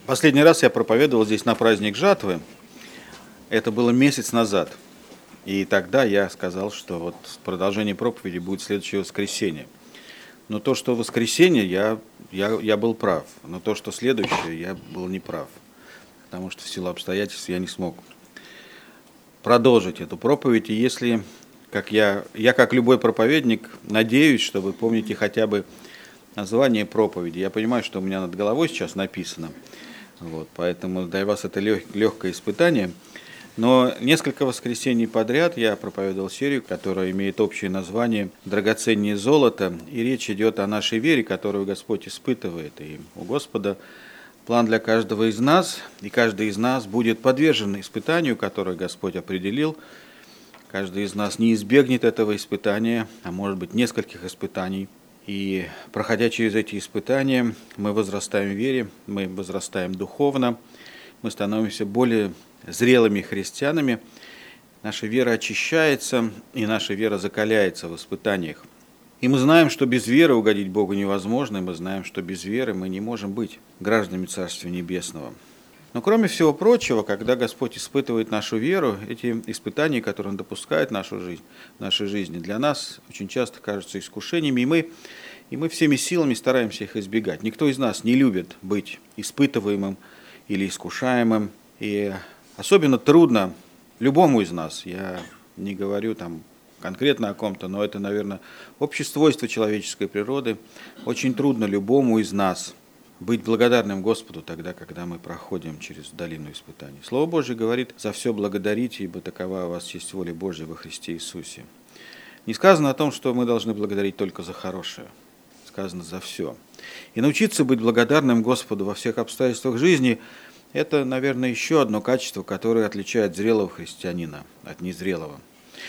Последний раз я проповедовал здесь на праздник жатвы. Это было месяц назад. И тогда я сказал, что вот продолжение проповеди будет в следующее воскресенье. Но то, что в воскресенье, я был прав. Но то, что следующее, я был неправ. Потому что в силу обстоятельств я не смог продолжить эту проповедь. И если, как я как любой проповедник, надеюсь, что вы помните хотя бы название проповеди. Я понимаю, что у меня над головой сейчас написано. Вот, поэтому для вас это легкое испытание. Но несколько воскресений подряд я проповедовал серию, которая имеет общее название «Драгоценнее золота». И речь идет о нашей вере, которую Господь испытывает. И у Господа план для каждого из нас, и каждый из нас будет подвержен испытанию, которое Господь определил. Каждый из нас не избегнет этого испытания, а может быть нескольких испытаний. И проходя через эти испытания, мы возрастаем в вере, мы возрастаем духовно, мы становимся более зрелыми христианами, наша вера очищается, и наша вера закаляется в испытаниях. И мы знаем, что без веры угодить Богу невозможно, и мы знаем, что без веры мы не можем быть гражданами Царствия Небесного. Но кроме всего прочего, когда Господь испытывает нашу веру, эти испытания, которые Он допускает в нашей жизни, для нас очень часто кажутся искушениями, и мы всеми силами стараемся их избегать. Никто из нас не любит быть испытываемым или искушаемым, и особенно трудно любому из нас, я не говорю там конкретно о ком-то, но это, наверное, общее свойство человеческой природы, очень трудно любому из нас быть благодарным Господу тогда, когда мы проходим через долину испытаний. Слово Божье говорит: «За все благодарите, ибо такова у вас есть воля Божья во Христе Иисусе». Не сказано о том, что мы должны благодарить только за хорошее. Сказано за все. И научиться быть благодарным Господу во всех обстоятельствах жизни – это, наверное, еще одно качество, которое отличает зрелого христианина от незрелого.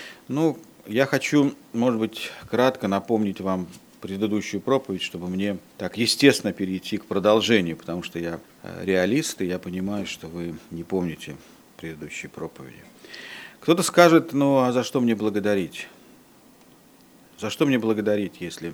Я хочу, может быть, кратко напомнить вам предыдущую проповедь, чтобы мне так естественно перейти к продолжению, потому что я реалист, и я понимаю, что вы не помните предыдущие проповеди. Кто-то скажет: а за что мне благодарить? За что мне благодарить, если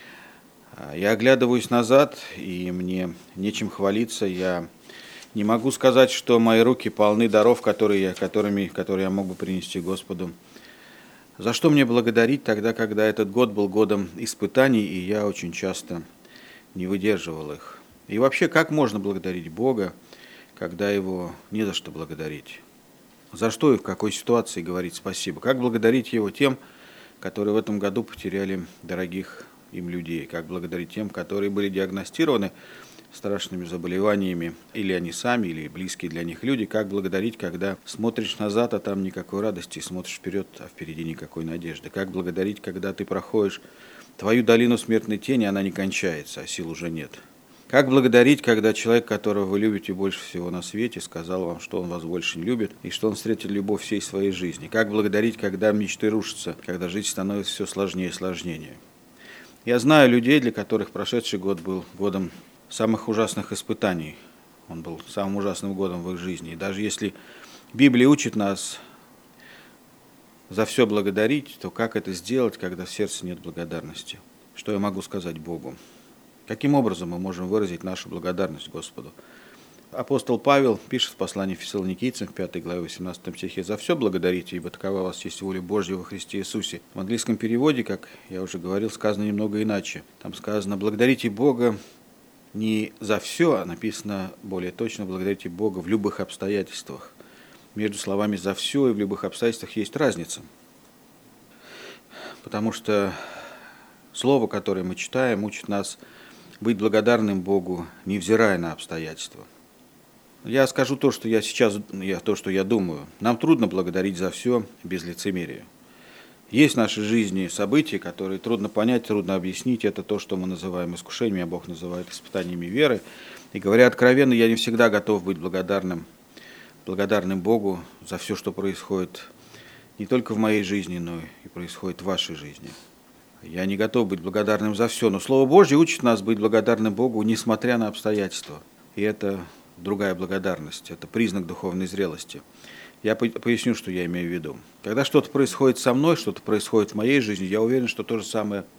я оглядываюсь назад, и мне нечем хвалиться, я не могу сказать, что мои руки полны даров, которые я мог бы принести Господу. За что мне благодарить тогда, когда этот год был годом испытаний, и я очень часто не выдерживал их? И вообще, как можно благодарить Бога, когда Его не за что благодарить? За что и в какой ситуации говорить спасибо? Как благодарить Его тем, которые в этом году потеряли дорогих им людей? Как благодарить тем, которые были диагностированы страшными заболеваниями, или они сами, или близкие для них люди? Как благодарить, когда смотришь назад, а там никакой радости, смотришь вперед, а впереди никакой надежды? Как благодарить, когда ты проходишь твою долину смертной тени, она не кончается, а сил уже нет? Как благодарить, когда человек, которого вы любите больше всего на свете, сказал вам, что он вас больше не любит, и что он встретил любовь всей своей жизни? Как благодарить, когда мечты рушатся, когда жить становится все сложнее и сложнее? Я знаю людей, для которых прошедший год был годом самых ужасных испытаний. Он был самым ужасным годом в их жизни. И даже если Библия учит нас за все благодарить, то как это сделать, когда в сердце нет благодарности? Что я могу сказать Богу? Каким образом мы можем выразить нашу благодарность Господу? Апостол Павел пишет в послании Фессалоникийцам в 5 главе 18 стихе: «За все благодарите, ибо такова у вас есть воля Божья во Христе Иисусе». В английском переводе, как я уже говорил, сказано немного иначе. Там сказано: «Благодарите Бога не за все», а написано более точно: «Благодарите Бога в любых обстоятельствах». Между словами «за все» и «в любых обстоятельствах» есть разница. Потому что слово, которое мы читаем, учит нас быть благодарным Богу, невзирая на обстоятельства. Я скажу то, что я думаю. Нам трудно благодарить за все без лицемерия. Есть в нашей жизни события, которые трудно понять, трудно объяснить. Это то, что мы называем искушениями, а Бог называет испытаниями веры. И говоря откровенно, я не всегда готов быть благодарным Богу за все, что происходит не только в моей жизни, но и происходит в вашей жизни. Я не готов быть благодарным за все, но Слово Божье учит нас быть благодарным Богу, несмотря на обстоятельства. И это другая благодарность, это признак духовной зрелости. Я поясню, что я имею в виду. Когда что-то происходит со мной, что-то происходит в моей жизни, я уверен, что то же самое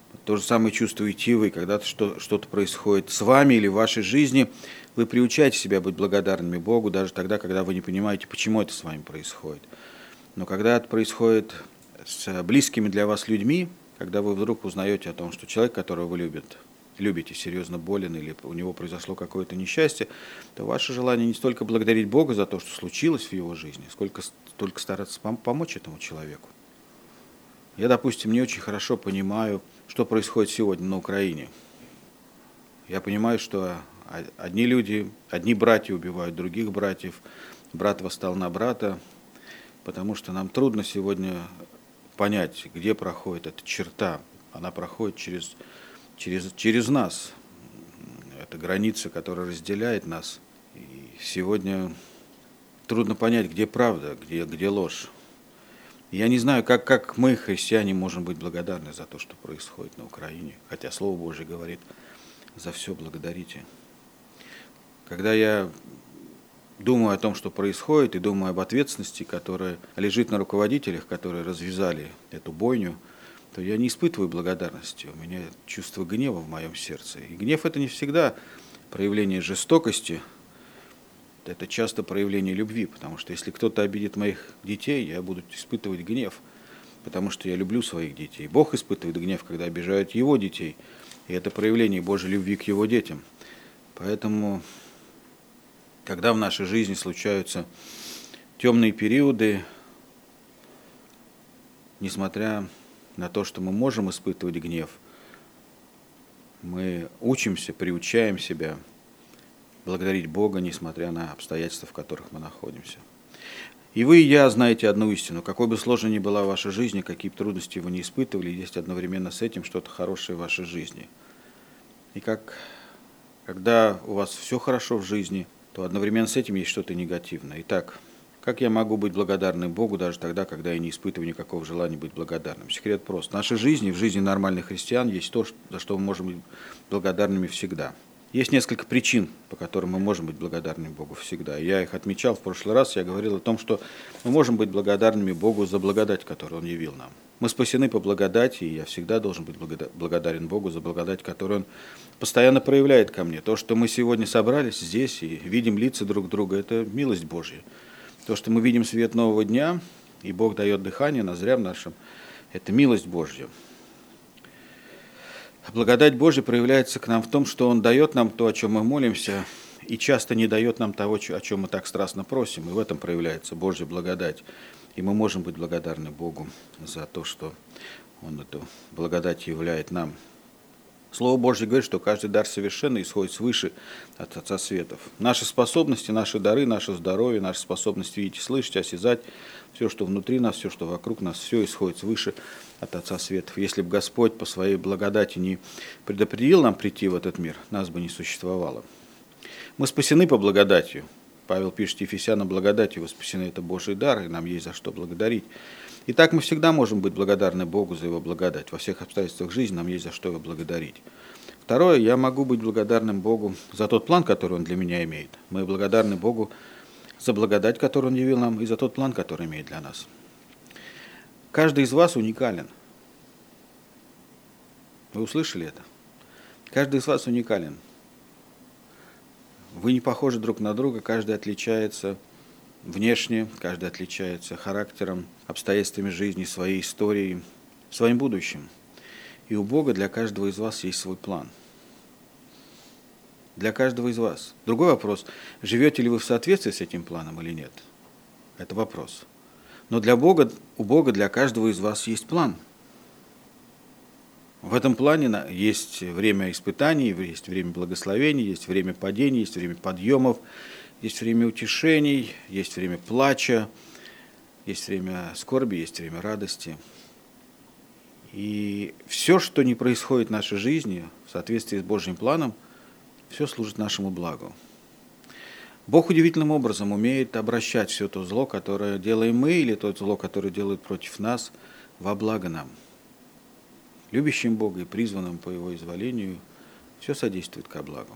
То же самое чувствуете и вы, когда что-то происходит с вами или в вашей жизни, вы приучаете себя быть благодарными Богу, даже тогда, когда вы не понимаете, почему это с вами происходит. Но когда это происходит с близкими для вас людьми, когда вы вдруг узнаете о том, что человек, которого вы любите, серьезно болен или у него произошло какое-то несчастье, то ваше желание не столько благодарить Бога за то, что случилось в его жизни, сколько только стараться помочь этому человеку. Я, допустим, не очень хорошо понимаю, что происходит сегодня на Украине. Я понимаю, что одни братья убивают других братьев, брат восстал на брата, потому что нам трудно сегодня понять, где проходит эта черта. Она проходит через нас. Это граница, которая разделяет нас. И сегодня трудно понять, где правда, где ложь. Я не знаю, как мы, христиане, можем быть благодарны за то, что происходит на Украине. Хотя Слово Божье говорит, за все благодарите. Когда я думаю о том, что происходит, и думаю об ответственности, которая лежит на руководителях, которые развязали эту бойню, то я не испытываю благодарности. У меня чувство гнева в моем сердце. И гнев – это не всегда проявление жестокости, это часто проявление любви, потому что если кто-то обидит моих детей, я буду испытывать гнев, потому что я люблю своих детей. Бог испытывает гнев, когда обижают его детей, и это проявление Божьей любви к его детям. Поэтому, когда в нашей жизни случаются темные периоды, несмотря на то, что мы можем испытывать гнев, мы учимся, приучаем себя благодарить Бога, несмотря на обстоятельства, в которых мы находимся. И вы, и я знаете одну истину. Какой бы сложной ни была ваша жизнь, какие бы трудности вы не испытывали, есть одновременно с этим что-то хорошее в вашей жизни. И когда у вас все хорошо в жизни, то одновременно с этим есть что-то негативное. Итак, как я могу быть благодарным Богу даже тогда, когда я не испытываю никакого желания быть благодарным? Секрет прост. В нашей жизни, в жизни нормальных христиан есть то, за что мы можем быть благодарными всегда. Есть несколько причин, по которым мы можем быть благодарными Богу всегда. Я их отмечал в прошлый раз. Я говорил о том, что мы можем быть благодарными Богу за благодать, которую Он явил нам. Мы спасены по благодати, и я всегда должен быть благодарен Богу за благодать, которую Он постоянно проявляет ко мне. То, что мы сегодня собрались здесь и видим лица друг друга, это милость Божья. То, что мы видим свет нового дня, и Бог дает дыхание ноздрям нашим, это милость Божья. Благодать Божья проявляется к нам в том, что Он дает нам то, о чем мы молимся, и часто не дает нам того, о чем мы так страстно просим. И в этом проявляется Божья благодать. И мы можем быть благодарны Богу за то, что Он эту благодать являет нам. Слово Божье говорит, что каждый дар совершенный исходит свыше от Отца Светов. Наши способности, наши дары, наше здоровье, наша способность видеть и слышать, осязать, все, что внутри нас, все, что вокруг нас, все исходит свыше от Отца Светов. Если бы Господь по своей благодати не предопределил нам прийти в этот мир, нас бы не существовало. Мы спасены по благодати. Павел пишет Ефесянам: благодатью вы спасены, это Божий дар, и нам есть за что благодарить. И так мы всегда можем быть благодарны Богу за Его благодать. Во всех обстоятельствах жизни нам есть за что Его благодарить. Второе, я могу быть благодарным Богу за тот план, который Он для меня имеет. Мы благодарны Богу за благодать, которую Он явил нам, и за тот план, который имеет для нас. Каждый из вас уникален. Вы услышали это? Каждый из вас уникален. Вы не похожи друг на друга, каждый отличается внешне, каждый отличается характером, обстоятельствами жизни, своей историей, своим будущим. И у Бога для каждого из вас есть свой план. Для каждого из вас. Другой вопрос, живете ли вы в соответствии с этим планом или нет? Это вопрос. Но у Бога для каждого из вас есть план. В этом плане есть время испытаний, есть время благословений, есть время падений, есть время подъемов, есть время утешений, есть время плача, есть время скорби, есть время радости. И все, что не происходит в нашей жизни в соответствии с Божьим планом, все служит нашему благу. Бог удивительным образом умеет обращать все то зло, которое делаем мы, или то зло, которое делают против нас, во благо нам. Любящим Бога и призванным по Его изволению все содействует ко благу.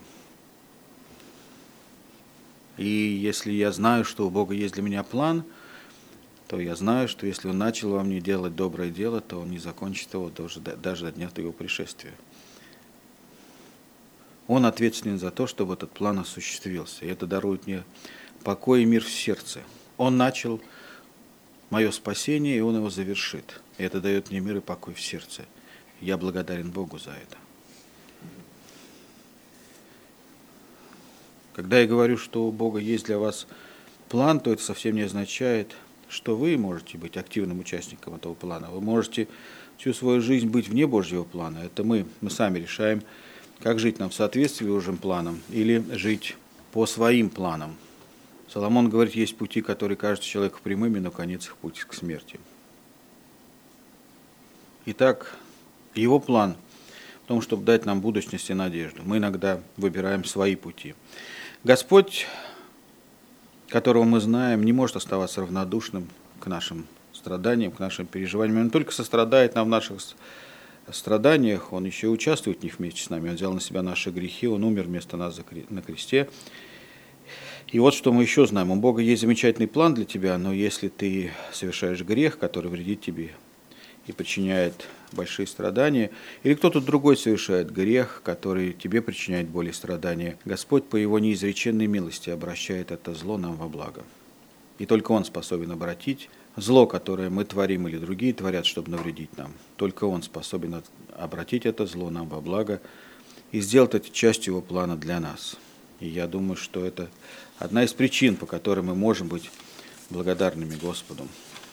И если я знаю, что у Бога есть для меня план, то я знаю, что если Он начал во мне делать доброе дело, то Он не закончит его даже до дня Его пришествия. Он ответственен за то, чтобы этот план осуществился. И это дарует мне покой и мир в сердце. Он начал мое спасение, и Он его завершит. И это дает мне мир и покой в сердце. Я благодарен Богу за это. Когда я говорю, что у Бога есть для вас план, то это совсем не означает, что вы можете быть активным участником этого плана. Вы можете всю свою жизнь быть вне Божьего плана. Это мы сами решаем, как жить нам в соответствии с Божьим планом или жить по своим планам. Соломон говорит, есть пути, которые кажутся человеку прямыми, но конец их путь к смерти. Итак, его план в том, чтобы дать нам будущность и надежду. Мы иногда выбираем свои пути. Господь, которого мы знаем, не может оставаться равнодушным к нашим страданиям, к нашим переживаниям. Он не только сострадает нам в наших страданиях, Он еще и участвует в них вместе с нами. Он взял на себя наши грехи, Он умер вместо нас на кресте. И вот что мы еще знаем. У Бога есть замечательный план для тебя, но если ты совершаешь грех, который вредит тебе и причиняет большие страдания, или кто-то другой совершает грех, который тебе причиняет боли и страдания, Господь по Его неизреченной милости обращает это зло нам во благо. И только Он способен обратить зло, которое мы творим или другие творят, чтобы навредить нам. Только Он способен обратить это зло нам во благо и сделать это частью Его плана для нас. И я думаю, что это одна из причин, по которой мы можем быть благодарными Господу.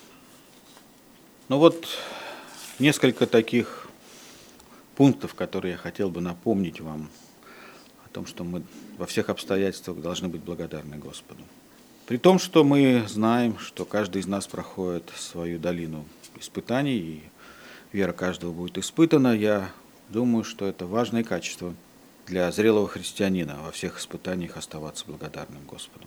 Ну вот несколько таких пунктов, которые я хотел бы напомнить вам о том, что мы во всех обстоятельствах должны быть благодарны Господу. При том, что мы знаем, что каждый из нас проходит свою долину испытаний, и вера каждого будет испытана, я думаю, что это важное качество для зрелого христианина во всех испытаниях оставаться благодарным Господу.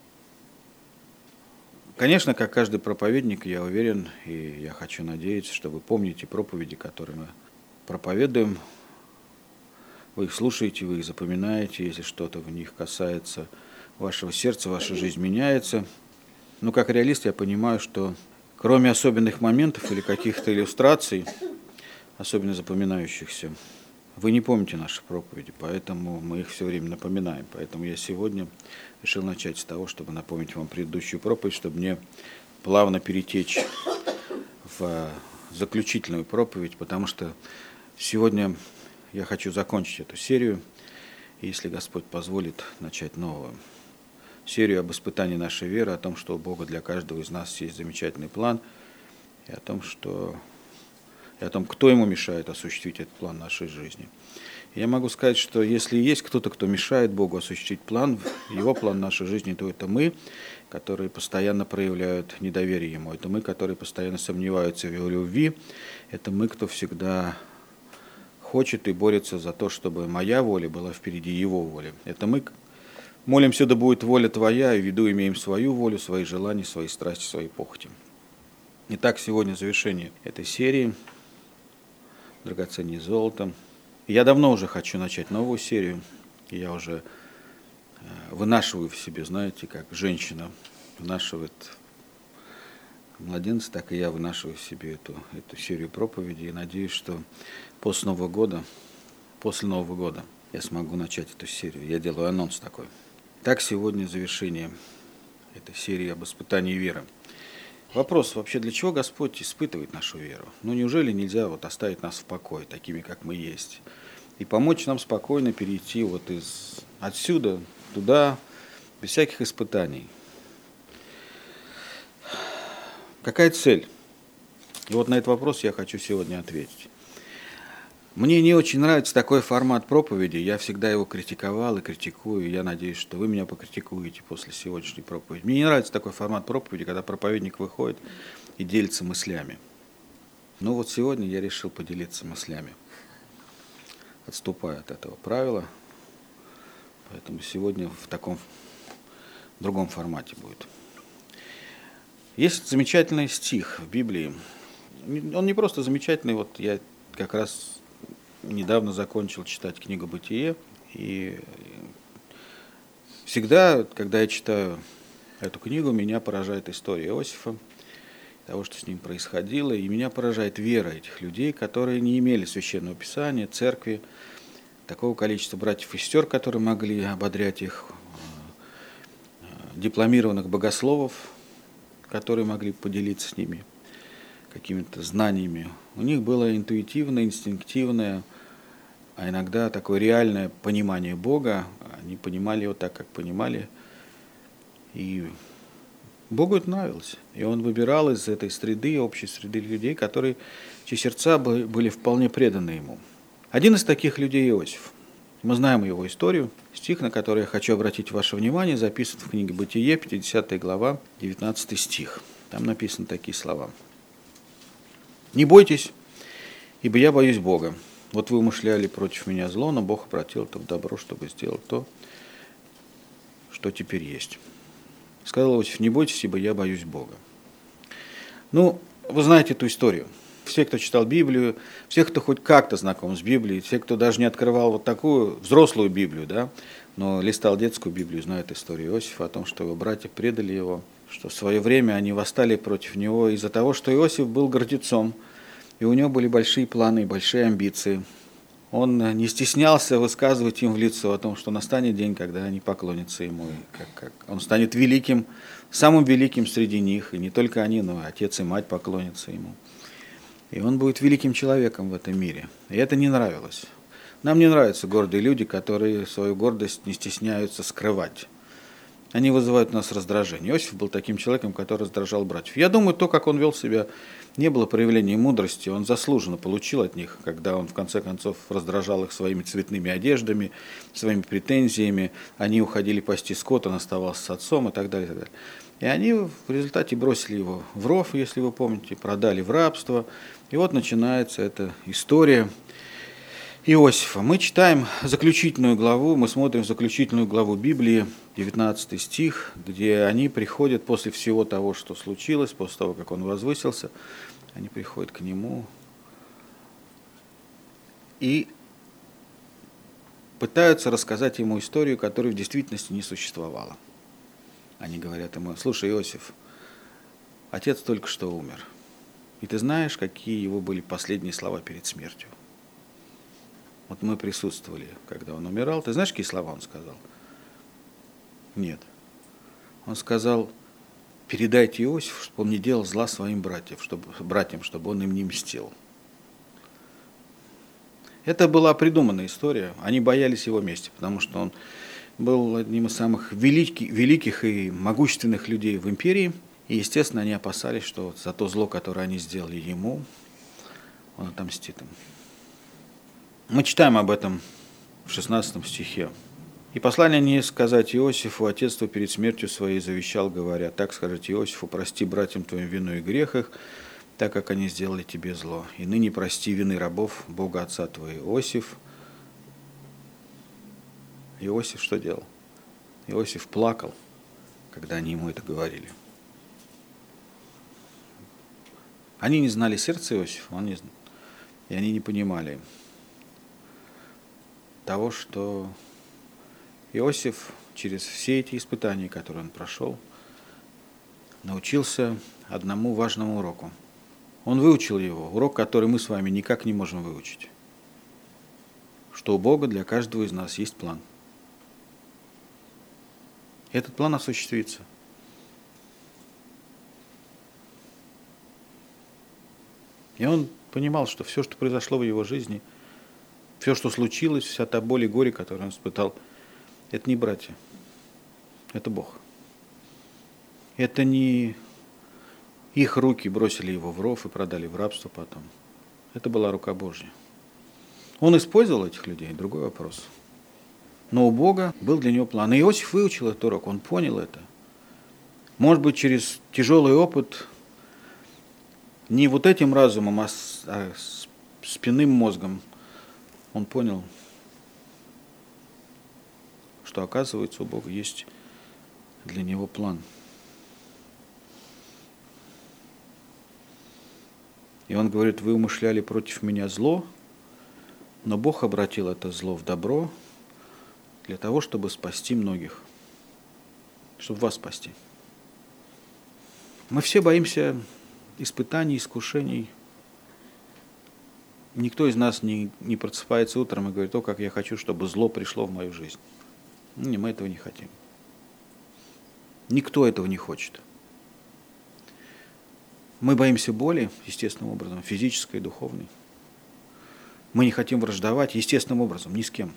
Конечно, как каждый проповедник, я уверен, и я хочу надеяться, что вы помните проповеди, которые мы проповедуем. Вы их слушаете, вы их запоминаете, если что-то в них касается вашего сердца, ваша жизнь меняется. Но как реалист я понимаю, что кроме особенных моментов или каких-то иллюстраций, особенно запоминающихся, вы не помните наши проповеди, поэтому мы их все время напоминаем. Поэтому я сегодня решил начать с того, чтобы напомнить вам предыдущую проповедь, чтобы мне плавно перетечь в заключительную проповедь, потому что сегодня я хочу закончить эту серию, и если Господь позволит, начать новую серию об испытании нашей веры, о том, что у Бога для каждого из нас есть замечательный план, и о том, кто ему мешает осуществить этот план нашей жизни. Я могу сказать, что если есть кто-то, кто мешает Богу осуществить план, его план нашей жизни, то это мы, которые постоянно проявляют недоверие Ему. Это мы, которые постоянно сомневаются в Его любви. Это мы, кто всегда хочет и борется за то, чтобы моя воля была впереди Его воли. Это мы молимся, да будет воля Твоя, и в виду имеем свою волю, свои желания, свои страсти, свои похоти. Итак, сегодня завершение этой серии «Драгоценнее золота». Я давно уже хочу начать новую серию. Я уже вынашиваю в себе, знаете, как женщина вынашивает младенца, так и я вынашиваю в себе эту серию проповедей. И надеюсь, что после Нового года я смогу начать эту серию. Я делаю анонс такой. Так, сегодня завершение этой серии об испытании веры. Вопрос вообще, для чего Господь испытывает нашу веру? Ну, неужели нельзя оставить нас в покое, такими, как мы есть, и помочь нам спокойно перейти отсюда туда, без всяких испытаний? Какая цель? И вот на этот вопрос я хочу сегодня ответить. Мне не очень нравится такой формат проповеди, я всегда его критиковал и критикую, и я надеюсь, что вы меня покритикуете после сегодняшней проповеди. Мне не нравится такой формат проповеди, когда проповедник выходит и делится мыслями. Но вот сегодня я решил поделиться мыслями, отступая от этого правила, поэтому сегодня в таком другом формате будет. Есть замечательный стих в Библии, он не просто замечательный, вот я как раз недавно закончил читать книгу «Бытие», и всегда, когда я читаю эту книгу, меня поражает история Иосифа. того, что с ним происходило. И меня поражает вера этих людей, которые не имели священного писания, церкви, такого количества братьев и сестер, которые могли ободрять их, дипломированных богословов, которые могли поделиться с ними какими-то знаниями. У них было интуитивное, инстинктивное, а иногда такое реальное понимание Бога. Они понимали его так, как понимали. И Богу это нравилось. И Он выбирал из этой среды, общей среды людей, чьи сердца были вполне преданы Ему. Один из таких людей Иосиф. Мы знаем его историю. Стих, на который я хочу обратить ваше внимание, записан в книге «Бытие», 50 глава, 19 стих. Там написаны такие слова. «Не бойтесь, ибо я боюсь Бога. Вот вы умышляли против меня зло, но Бог обратил это в добро, чтобы сделать то, что теперь есть». Сказал Иосиф: «Не бойтесь, ибо я боюсь Бога». Ну, вы знаете эту историю. Все, кто читал Библию, все, кто хоть как-то знаком с Библией, все, кто даже не открывал вот такую взрослую Библию, да, но листал детскую Библию, знают историю Иосифа о том, что его братья предали его, что в свое время они восстали против него из-за того, что Иосиф был гордецом, и у него были большие планы и большие амбиции. Он не стеснялся высказывать им в лицо о том, что настанет день, когда они поклонятся ему, и как он станет великим, самым великим среди них, и не только они, но и отец и мать поклонятся ему. И он будет великим человеком в этом мире. И это не нравилось. Нам не нравятся гордые люди, которые свою гордость не стесняются скрывать. Они вызывают у нас раздражение. Иосиф был таким человеком, который раздражал братьев. Я думаю, то, как он вел себя, не было проявлением мудрости. Он заслуженно получил от них, когда он в конце концов раздражал их своими цветными одеждами, своими претензиями. Они уходили пасти скот, он оставался с отцом и так далее, и так далее. И они в результате бросили его в ров, если вы помните, продали в рабство. И вот начинается эта история Иосифа. Мы читаем заключительную главу, мы смотрим заключительную главу Библии, 19 стих, где они приходят после всего того, что случилось, после того, как он возвысился, они приходят к нему и пытаются рассказать ему историю, которая в действительности не существовала. Они говорят ему: слушай, Иосиф, отец только что умер. И ты знаешь, какие его были последние слова перед смертью? Вот мы присутствовали, когда он умирал. Ты знаешь, какие слова он сказал? Нет. Он сказал: передайте Иосифу, чтобы он не делал зла своим братьям, чтобы он им не мстил. Это была придуманная история. Они боялись его мести, потому что он был одним из самых великих и могущественных людей в империи. И, естественно, они опасались, что за то зло, которое они сделали ему, он отомстит им. Мы читаем об этом в 16 стихе. «И послание не сказать Иосифу, отец твой перед смертью своей завещал, говоря: так скажите Иосифу, прости братьям твоим вину и грех их, так как они сделали тебе зло. И ныне прости вины рабов Бога отца твоего». Иосиф что делал? Иосиф плакал, когда они ему это говорили. Они не знали сердца Иосифа, и они не понимали того, что Иосиф через все эти испытания, которые он прошел, научился одному важному уроку. Он выучил его, урок, который мы с вами никак не можем выучить. Что у Бога для каждого из нас есть план. И этот план осуществится. И он понимал, что все, что произошло в его жизни, все, что случилось, вся та боль и горе, которую он испытал, это не братья, это Бог. Это не их руки бросили его в ров и продали в рабство потом. Это была рука Божья. Он использовал этих людей, другой вопрос. Но у Бога был для него план. И Иосиф выучил этот урок, он понял это. Может быть, через тяжелый опыт, не вот этим разумом, а спинным мозгом, он понял, что, оказывается, у Бога есть для него план. И он говорит: вы умышляли против меня зло, но Бог обратил это зло в добро для того, чтобы спасти многих, чтобы вас спасти. Мы все боимся испытаний, искушений. Никто из нас не просыпается утром и говорит: о, как я хочу, чтобы зло пришло в мою жизнь. Не, мы этого не хотим. Никто этого не хочет. Мы боимся боли, естественным образом, физической и духовной. Мы не хотим враждовать, естественным образом, ни с кем.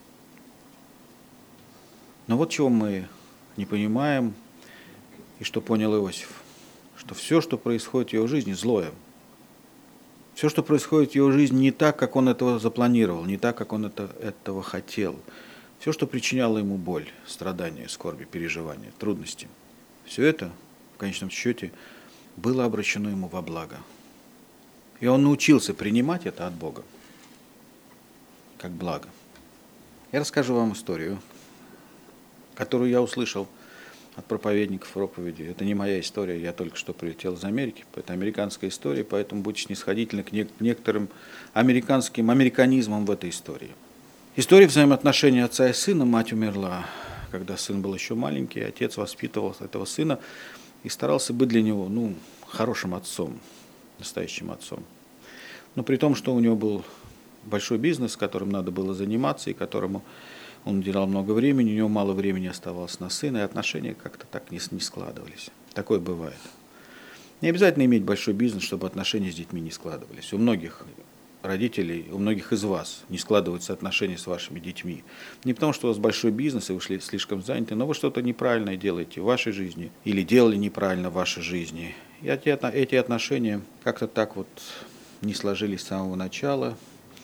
Но вот чего мы не понимаем, и что понял Иосиф, что все, что происходит в его жизни, злое. Все, что происходит в его жизни, не так, как он этого запланировал, не так, как он этого хотел. Все, что причиняло ему боль, страдания, скорби, переживания, трудности, все это, в конечном счете, было обращено ему во благо. И он научился принимать это от Бога, как благо. Я расскажу вам историю, которую я услышал от проповедников проповеди. Это не моя история, я только что прилетел из Америки. Это американская история, поэтому будьте снисходительны к некоторым американизмам в этой истории. История взаимоотношений отца и сына. Мать умерла, когда сын был еще маленький. Отец воспитывал этого сына и старался быть для него, хорошим отцом, настоящим отцом. Но при том, что у него был большой бизнес, которым надо было заниматься, и которому он уделял много времени, у него мало времени оставалось на сына, и отношения как-то так не складывались. Такое бывает. Не обязательно иметь большой бизнес, чтобы отношения с детьми не складывались. У многих родителей, у многих из вас не складываются отношения с вашими детьми. Не потому, что у вас большой бизнес, и вы слишком заняты, но вы что-то неправильное делаете в вашей жизни, или делали неправильно в вашей жизни. И эти отношения как-то так вот не сложились с самого начала.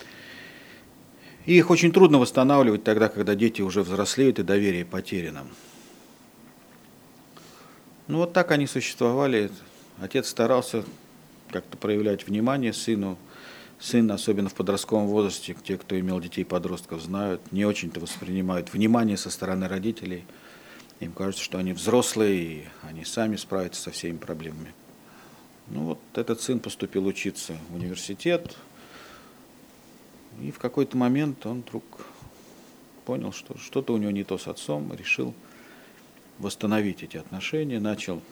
И их очень трудно восстанавливать тогда, когда дети уже взрослеют и доверие потеряно. Вот так они существовали. Отец старался как-то проявлять внимание сыну. Сын, особенно в подростковом возрасте, те, кто имел детей-подростков, знают, не очень-то воспринимают внимание со стороны родителей. Им кажется, что они взрослые, и они сами справятся со всеми проблемами. Этот сын поступил учиться в университет, и в какой-то момент он вдруг понял, что что-то у него не то с отцом, решил восстановить эти отношения, начал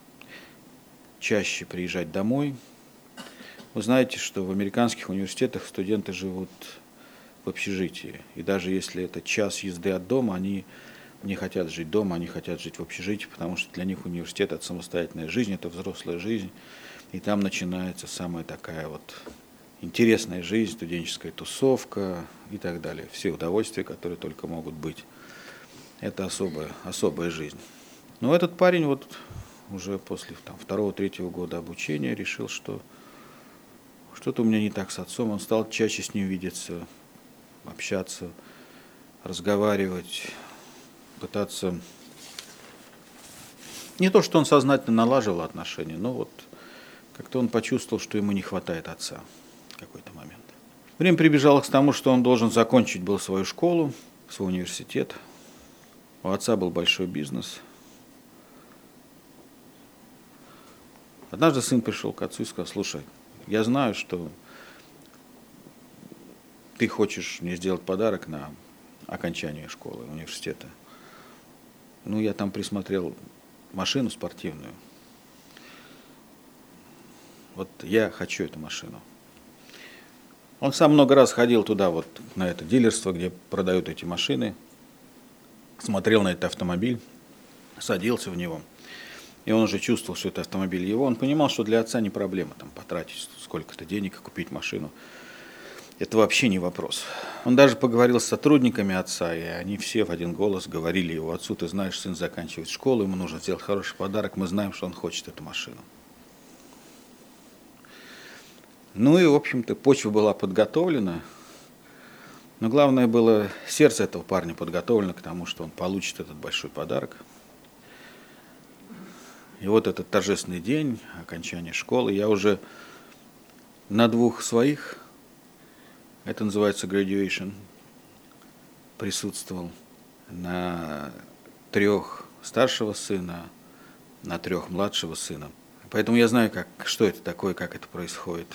чаще приезжать домой. Вы знаете, что в американских университетах студенты живут в общежитии, и даже если это час езды от дома, они не хотят жить дома, они хотят жить в общежитии, потому что для них университет – это самостоятельная жизнь, это взрослая жизнь, и там начинается самая такая интересная жизнь, студенческая тусовка и так далее. Все удовольствия, которые только могут быть. Это особая жизнь. Но этот парень уже после второго-третьего года обучения решил, что что-то у меня не так с отцом. Он стал чаще с ним видеться, общаться, разговаривать, пытаться... Не то, что он сознательно налаживал отношения, но как-то он почувствовал, что ему не хватает отца в какой-то момент. Время прибежало к тому, что он должен закончить был свою школу, свой университет. У отца был большой бизнес. Однажды сын пришел к отцу и сказал: слушай, я знаю, что ты хочешь мне сделать подарок на окончание школы, университета. Я там присмотрел машину спортивную. Я хочу эту машину. Он сам много раз ходил туда, на это дилерство, где продают эти машины, смотрел на этот автомобиль, садился в него. И он уже чувствовал, что это автомобиль его. Он понимал, что для отца не проблема потратить сколько-то денег и купить машину. Это вообще не вопрос. Он даже поговорил с сотрудниками отца, и они все в один голос говорили его отцу: ты знаешь, сын заканчивает школу, ему нужно сделать хороший подарок, мы знаем, что он хочет эту машину. И, в общем-то, почва была подготовлена, но главное было сердце этого парня подготовлено к тому, что он получит этот большой подарок. И этот торжественный день, окончание школы, я уже на 2 своих, это называется graduation, присутствовал, на 3 старшего сына, на 3 младшего сына. Поэтому я знаю, что это такое, как это происходит.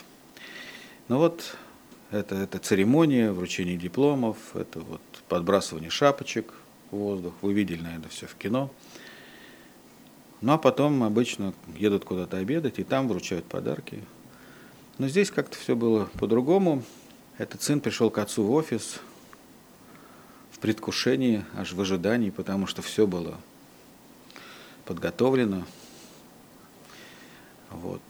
Это церемония, вручение дипломов, это подбрасывание шапочек в воздух. Вы видели, наверное, все в кино. Ну, а потом обычно едут куда-то обедать, и там вручают подарки. Но здесь как-то все было по-другому. Этот сын пришел к отцу в офис в предвкушении, аж в ожидании, потому что все было подготовлено. Вот.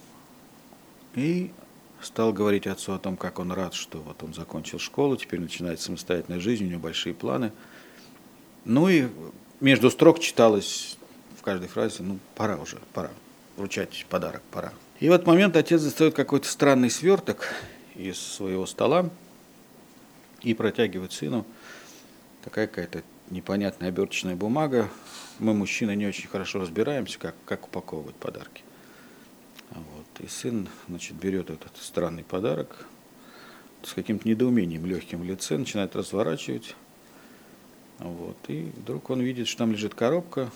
И стал говорить отцу о том, как он рад, что вот он закончил школу, теперь начинает самостоятельная жизнь, у него большие планы. Ну и между строк читалось в каждой фразе, ну пора уже, пора, вручать подарок, пора. И в этот момент отец достает какой-то странный сверток из своего стола и протягивает сыну. Такая какая-то непонятная оберточная бумага. Мы, мужчины, не очень хорошо разбираемся, как упаковывать подарки. Вот. И сын, значит, берет этот странный подарок, с каким-то недоумением легким в лице, начинает разворачивать. Вот. И вдруг он видит, что там лежит коробка.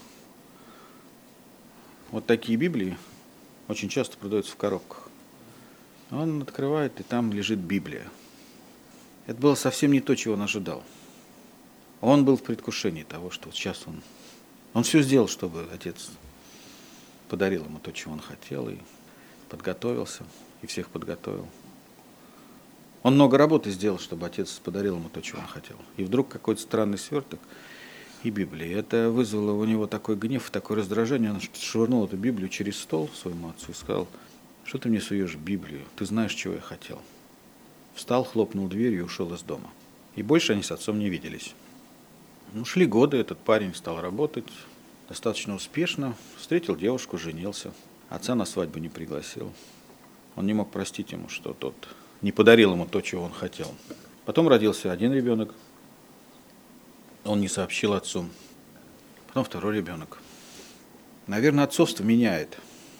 Вот такие Библии очень часто продаются в коробках. Он открывает, и там лежит Библия. Это было совсем не то, чего он ожидал. Он был в предвкушении того, что вот сейчас он все сделал, чтобы отец подарил ему то, чего он хотел, и подготовился, и всех подготовил. Он много работы сделал, чтобы отец подарил ему то, чего он хотел. И вдруг какой-то странный сверток и Библия. Это вызвало у него такой гнев, такое раздражение. Он швырнул эту Библию через стол своему отцу и сказал: что ты мне суешь Библию? Ты знаешь, чего я хотел. Встал, хлопнул дверью и ушел из дома. И больше они с отцом не виделись. Ну, шли годы, этот парень стал работать достаточно успешно, встретил девушку, женился. Отца на свадьбу не пригласил. Он не мог простить ему, что тот не подарил ему то, чего он хотел. Потом родился один ребенок. Он не сообщил отцу. Потом второй ребенок. Наверное, отцовство меняет.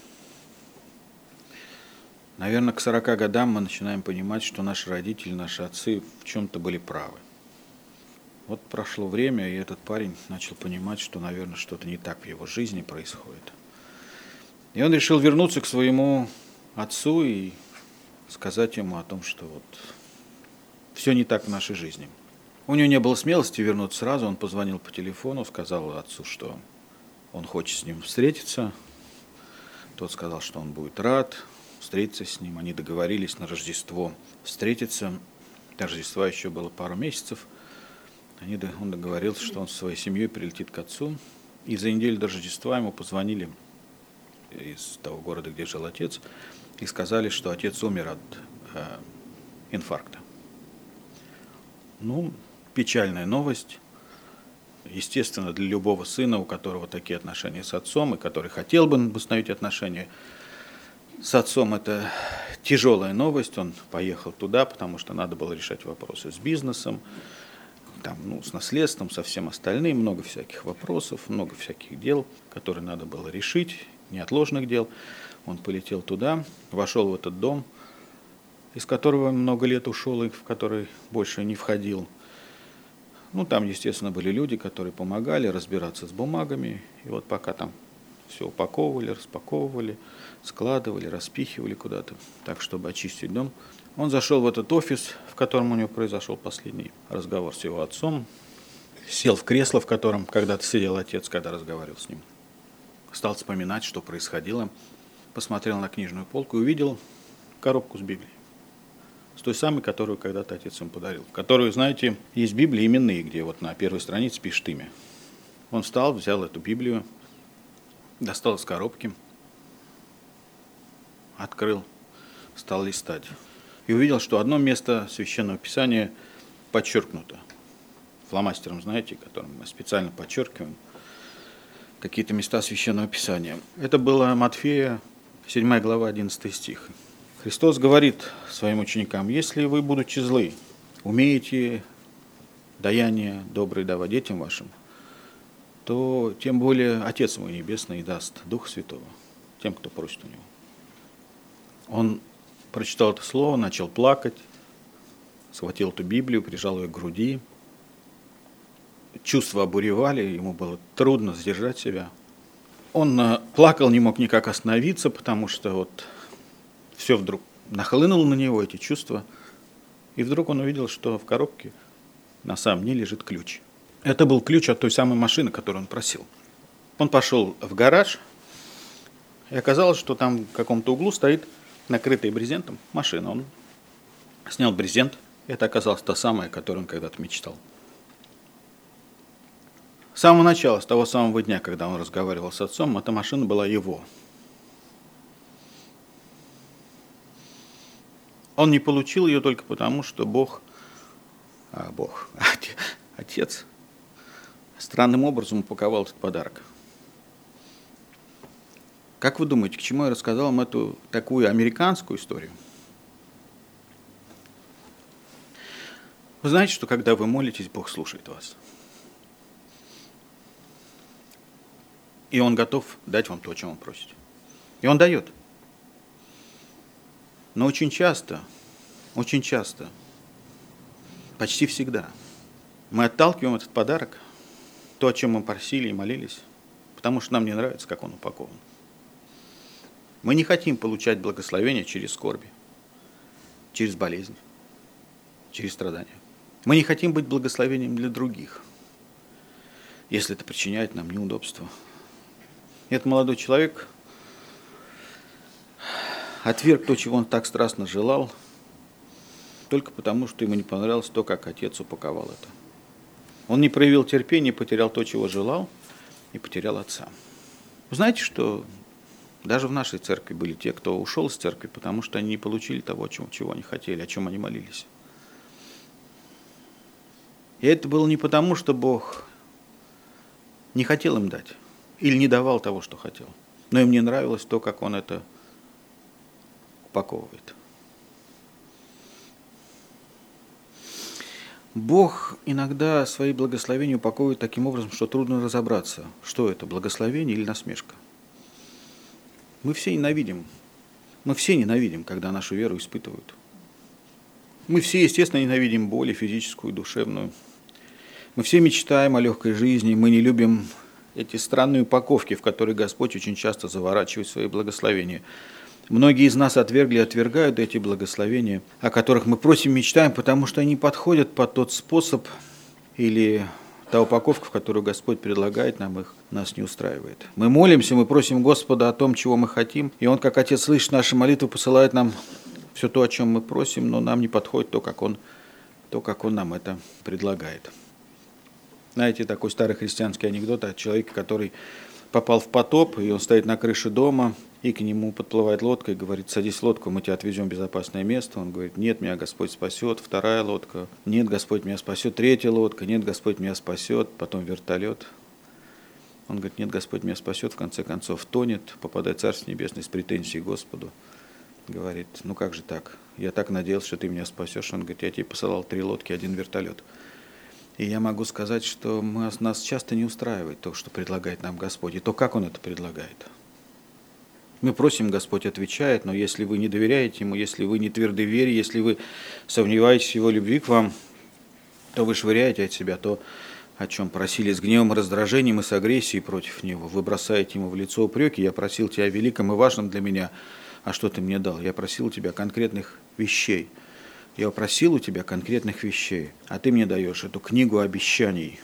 Наверное, к 40 годам мы начинаем понимать, что наши родители, наши отцы в чем-то были правы. Вот прошло время, и этот парень начал понимать, что, наверное, что-то не так в его жизни происходит. И он решил вернуться к своему отцу и сказать ему о том, что вот все не так в нашей жизни. У него не было смелости вернуться сразу, он позвонил по телефону, сказал отцу, что он хочет с ним встретиться. Тот сказал, что он будет рад встретиться с ним. Они договорились на Рождество встретиться. До Рождества еще было пару месяцев. Он договорился, что он со своей семьей прилетит к отцу. И за неделю до Рождества ему позвонили из того города, где жил отец, и сказали, что отец умер от инфаркта. Ну, печальная новость. Естественно, для любого сына, у которого такие отношения с отцом, и который хотел бы восстановить отношения с отцом, это тяжелая новость. Он поехал туда, потому что надо было решать вопросы с бизнесом, с наследством, со всем остальным, много всяких вопросов, много всяких дел, которые надо было решить, неотложных дел. Он полетел туда, вошел в этот дом, из которого много лет ушел и в который больше не входил. Там, естественно, были люди, которые помогали разбираться с бумагами. И вот пока там все упаковывали, распаковывали, складывали, распихивали куда-то, так, чтобы очистить дом, он зашел в этот офис, в котором у него произошел последний разговор с его отцом, сел в кресло, в котором когда-то сидел отец, когда разговаривал с ним, стал вспоминать, что происходило, посмотрел на книжную полку и увидел коробку с Библией. С той самой, которую когда-то отец ему подарил. Которую, знаете, есть Библии именные, где вот на первой странице пишет имя. Он встал, взял эту Библию, достал из коробки, открыл, стал листать. И увидел, что одно место Священного Писания подчеркнуто. Фломастером, знаете, которым мы специально подчеркиваем какие-то места Священного Писания. Это было Матфея, 7 глава, 11 стих. Христос говорит своим ученикам: если вы, будучи злы, умеете даяние доброе давать детям вашим, то тем более Отец мой Небесный даст Духа Святого тем, кто просит у Него. Он прочитал это слово, начал плакать, схватил эту Библию, прижал ее к груди. Чувства обуревали, ему было трудно сдержать себя. Он плакал, не мог никак остановиться, потому что вот все вдруг нахлынуло на него, эти чувства. И вдруг он увидел, что в коробке на самом дне лежит ключ. Это был ключ от той самой машины, которую он просил. Он пошел в гараж, И оказалось, что там в каком-то углу стоит накрытая брезентом машина. Он снял брезент. Это оказалось та самая, о которой он когда-то мечтал. С самого начала, с того самого дня, когда он разговаривал с отцом, эта машина была его. Он не получил ее только потому, что Отец, странным образом упаковал этот подарок. Как вы думаете, к чему я рассказал вам эту такую американскую историю? Вы знаете, что когда вы молитесь, Бог слушает вас. И Он готов дать вам то, о чем вы просите. И Он дает. Но очень часто, почти всегда, мы отталкиваем этот подарок, то, о чем мы просили и молились, потому что нам не нравится, как он упакован. Мы не хотим получать благословение через скорби, через болезнь, через страдания. Мы не хотим быть благословением для других, если это причиняет нам неудобства. Этот молодой человек отверг то, чего он так страстно желал, только потому, что ему не понравилось то, как отец упаковал это. Он не проявил терпения, потерял то, чего желал, и потерял отца. Вы знаете, что даже в нашей церкви были те, кто ушел из церкви, потому что они не получили того, чего они хотели, о чем они молились. И это было не потому, что Бог не хотел им дать или не давал того, что хотел, но им не нравилось то, как Он это упаковывает. Бог иногда свои благословения упаковывает таким образом, что трудно разобраться, что это, благословение или насмешка. Мы все ненавидим, когда нашу веру испытывают. Мы все, естественно, ненавидим боль, физическую, душевную. Мы все мечтаем о легкой жизни, мы не любим эти странные упаковки, в которые Господь очень часто заворачивает свои благословения. Многие из нас отвергли и отвергают эти благословения, о которых мы просим, мечтаем, потому что они подходят под тот способ или та упаковка, в которую Господь предлагает нам их, нас не устраивает. Мы молимся, мы просим Господа о том, чего мы хотим, и Он, как Отец, слышит наши молитвы, посылает нам все то, о чем мы просим, но нам не подходит то, как Он нам это предлагает. Знаете, такой старый христианский анекдот о человеке, который попал в потоп, и он стоит на крыше дома, и к нему подплывает лодка и говорит: садись в лодку, мы тебя отвезем в безопасное место. Он говорит: нет, меня Господь спасет. Вторая лодка: нет, Господь меня спасет. Третья лодка: нет, Господь меня спасет. Потом вертолет. Он говорит: нет, Господь меня спасет. В конце концов тонет, попадает в Царство Небесное с претензией к Господу. Говорит: ну как же так? Я так надеялся, что ты меня спасешь. Он говорит: я тебе посылал 3 лодки, 1 вертолет. И я могу сказать, что нас часто не устраивает то, что предлагает нам Господь, и то, как Он это предлагает. Мы просим, Господь отвечает, но если вы не доверяете Ему, если вы не тверды в вере, если вы сомневаетесь в Его любви к вам, то вы швыряете от себя то, о чем просили с гневом и раздражением и с агрессией против Него. Вы бросаете Ему в лицо упреки: я просил Тебя о великом и важном для меня, а что Ты мне дал? Я просил у Тебя конкретных вещей. Я просил у Тебя конкретных вещей, а Ты мне даешь эту книгу обещаний.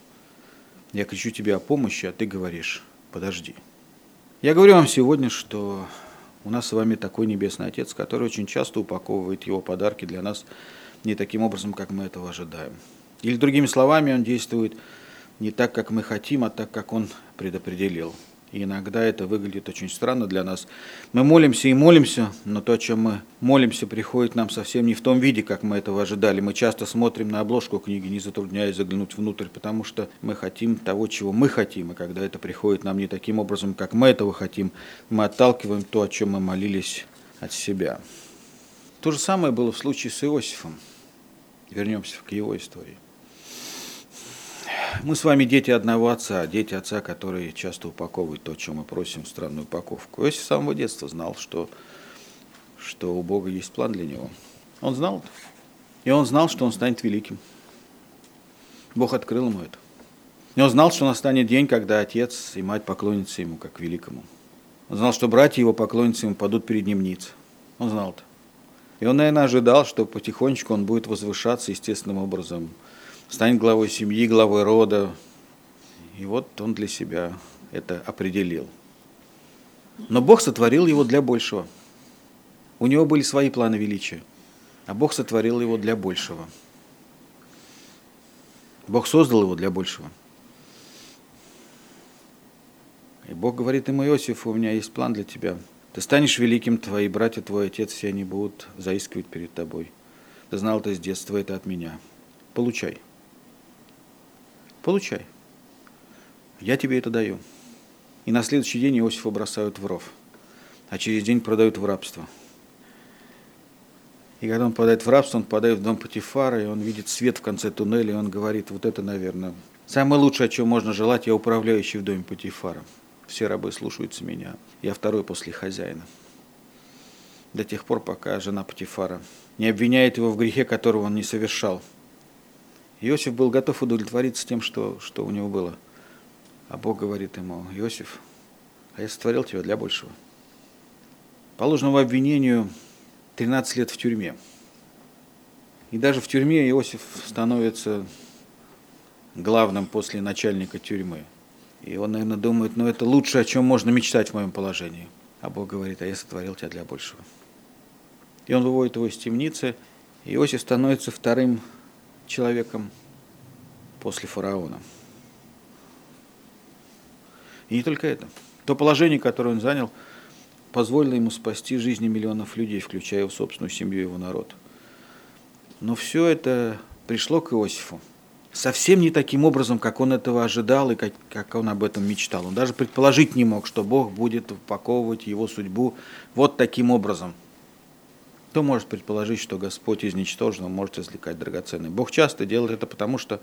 Я кричу Тебе о помощи, а Ты говоришь: подожди. Я говорю вам сегодня, что у нас с вами такой Небесный Отец, который очень часто упаковывает Его подарки для нас не таким образом, как мы этого ожидаем. Или другими словами, Он действует не так, как мы хотим, а так, как Он предопределил. И иногда это выглядит очень странно для нас. Мы молимся и молимся, но то, о чем мы молимся, приходит нам совсем не в том виде, как мы этого ожидали. Мы часто смотрим на обложку книги, не затрудняясь заглянуть внутрь, потому что мы хотим того, чего мы хотим. И когда это приходит нам не таким образом, как мы этого хотим, мы отталкиваем то, о чем мы молились, от себя. То же самое было в случае с Иосифом. Вернемся к его истории. Мы с вами дети одного отца, дети отца, которые часто упаковывают то, о чем мы просим, в странную упаковку. Иосиф с самого детства знал, что у Бога есть план для него. Он знал это. И он знал, что он станет великим. Бог открыл ему это. И он знал, что настанет день, когда отец и мать поклонятся ему как великому. Он знал, что братья его поклонятся ему, падут перед ним ниц. Он знал это. И он, наверное, ожидал, что потихонечку он будет возвышаться естественным образом, станет главой семьи, главой рода. И вот он для себя это определил. Но Бог сотворил его для большего. У него были свои планы величия, а Бог сотворил его для большего. Бог создал его для большего. И Бог говорит ему: Иосиф, у меня есть план для тебя. Ты станешь великим, твои братья, твой отец, все они будут заискивать перед тобой. Ты знал это с детства, это от меня. Получай. Получай. Я тебе это даю. И на следующий день Иосифа бросают в ров, а через день продают в рабство. И когда он попадает в рабство, он попадает в дом Потифара, и он видит свет в конце туннеля, и он говорит: вот это, наверное, самое лучшее, о чем можно желать, я управляющий в доме Потифара. Все рабы слушаются меня. Я второй после хозяина. До тех пор, пока жена Потифара не обвиняет его в грехе, которого он не совершал. Иосиф был готов удовлетвориться тем, что у него было. А Бог говорит ему: Иосиф, а я сотворил тебя для большего. По ложному обвинению 13 лет в тюрьме. И даже в тюрьме Иосиф становится главным после начальника тюрьмы. И он, наверное, думает: это лучшее, о чем можно мечтать в моем положении. А Бог говорит: а я сотворил тебя для большего. И он выводит его из темницы, и Иосиф становится вторым человеком после фараона. И не только это. То положение, которое он занял, позволило ему спасти жизни миллионов людей, включая его собственную семью и его народ. Но все это пришло к Иосифу совсем не таким образом, как он этого ожидал и как он об этом мечтал. Он даже предположить не мог, что Бог будет упаковывать его судьбу вот таким образом. Кто может предположить, что Господь из ничтожного может извлекать драгоценное? Бог часто делает это потому что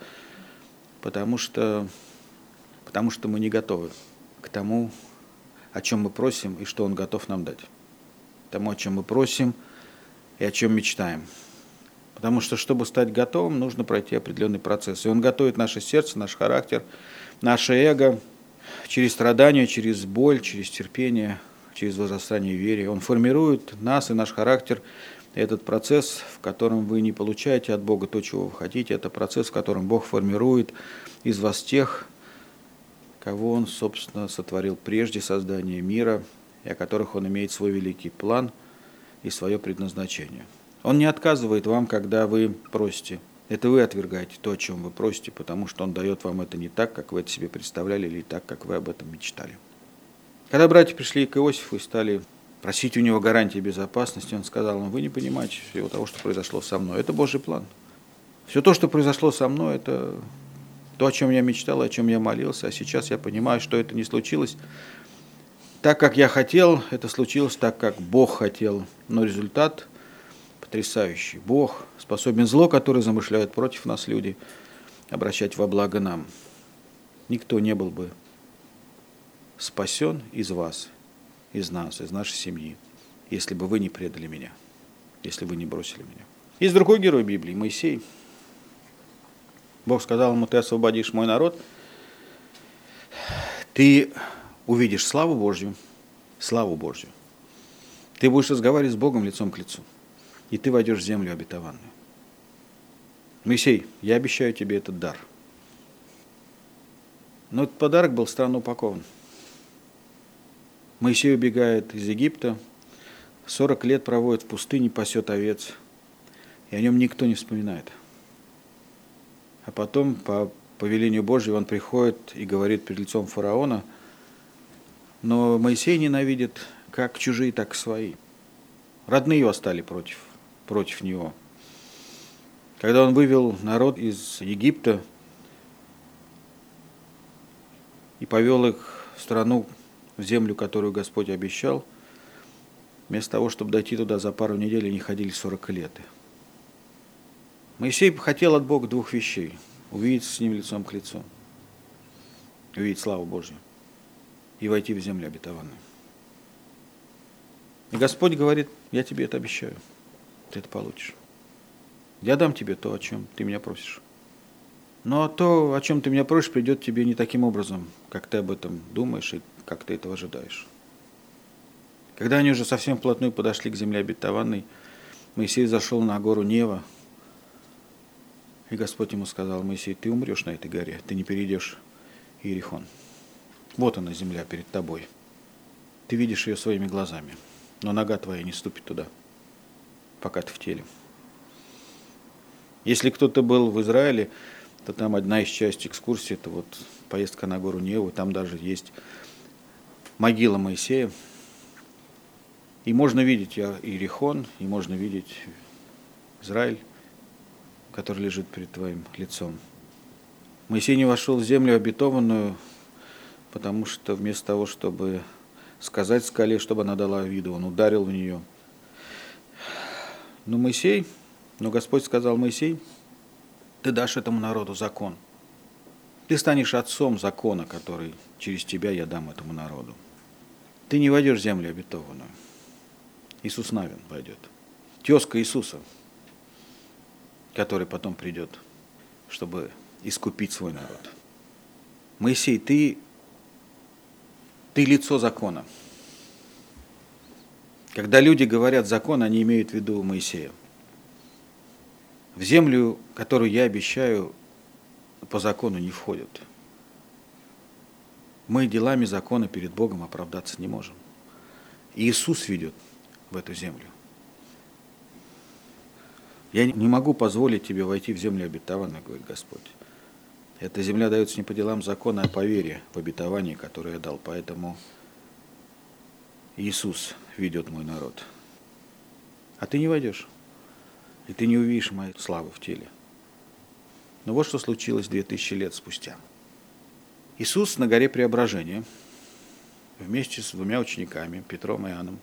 мы не готовы к тому, о чем мы просим и что Он готов нам дать. Тому, о чем мы просим и о чем мечтаем. Потому что, чтобы стать готовым, нужно пройти определенный процесс. И Он готовит наше сердце, наш характер, наше эго через страдания, через боль, через терпение, через возрастание в вере. Он формирует нас и наш характер. Этот процесс, в котором вы не получаете от Бога то, чего вы хотите, это процесс, в котором Бог формирует из вас тех, кого Он, собственно, сотворил прежде создания мира, и о которых Он имеет свой великий план и свое предназначение. Он не отказывает вам, когда вы просите. Это вы отвергаете то, о чем вы просите, потому что Он дает вам это не так, как вы это себе представляли, или так, как вы об этом мечтали. Когда братья пришли к Иосифу и стали просить у него гарантии безопасности, он сказал им: вы не понимаете всего того, что произошло со мной. Это Божий план. Все то, что произошло со мной, это то, о чем я мечтал, о чем я молился, а сейчас я понимаю, что это не случилось так, как я хотел, это случилось так, как Бог хотел. Но результат потрясающий. Бог способен зло, которое замышляют против нас люди, обращать во благо нам. Никто не был бы спасен из вас, из нас, из нашей семьи, если бы вы не предали меня, если вы не бросили меня. Есть другой герой Библии, Моисей. Бог сказал ему: ты освободишь мой народ, ты увидишь славу Божью, ты будешь разговаривать с Богом лицом к лицу, и ты войдешь в землю обетованную. Моисей, я обещаю тебе этот дар. Но этот подарок был странно упакован. Моисей убегает из Египта, 40 лет проводит в пустыне, пасет овец, и о нем никто не вспоминает. А потом, по повелению Божьему, он приходит и говорит перед лицом фараона, но Моисей ненавидит как чужие, так и свои. Родные восстали против него. Когда он вывел народ из Египта и повел их в страну, в землю, которую Господь обещал, вместо того, чтобы дойти туда за пару недель, они ходили 40 лет. Моисей хотел от Бога двух вещей: увидеться с Ним лицом к лицу, увидеть славу Божью и войти в землю обетованную. И Господь говорит: я тебе это обещаю, ты это получишь. Я дам тебе то, о чем ты меня просишь. Но то, о чем ты меня просишь, придет тебе не таким образом, как ты об этом думаешь и как ты этого ожидаешь. Когда они уже совсем вплотную подошли к земле обетованной, Моисей зашел на гору Нева, и Господь ему сказал: Моисей, ты умрешь на этой горе, ты не перейдешь Иерихон. Вот она, земля перед тобой. Ты видишь ее своими глазами, но нога твоя не ступит туда, пока ты в теле. Если кто-то был в Израиле, то там одна из частей экскурсии, это вот поездка на гору Неву, там даже есть могила Моисея. И можно видеть Иерихон, и можно видеть Израиль, который лежит перед твоим лицом. Моисей не вошел в землю обетованную, потому что вместо того, чтобы сказать скале, чтобы она дала виду, он ударил в нее. Но Господь сказал: Моисей, ты дашь этому народу закон. Ты станешь отцом закона, который через тебя я дам этому народу. Ты не войдешь в землю обетованную. Иисус Навин войдет. Тезка Иисуса, который потом придет, чтобы искупить свой народ. Моисей, ты лицо закона. Когда люди говорят закон, они имеют в виду Моисея. В землю, которую я обещаю, по закону не входят. Мы делами закона перед Богом оправдаться не можем. И Иисус ведет в эту землю. Я не могу позволить тебе войти в землю обетованную, говорит Господь. Эта земля дается не по делам закона, а по вере в обетование, которое я дал. Поэтому Иисус ведет мой народ. А ты не войдешь. И ты не увидишь моей славы в теле. Но вот что случилось 2000 лет спустя. Иисус на горе Преображения вместе с двумя учениками, Петром и Иоанном,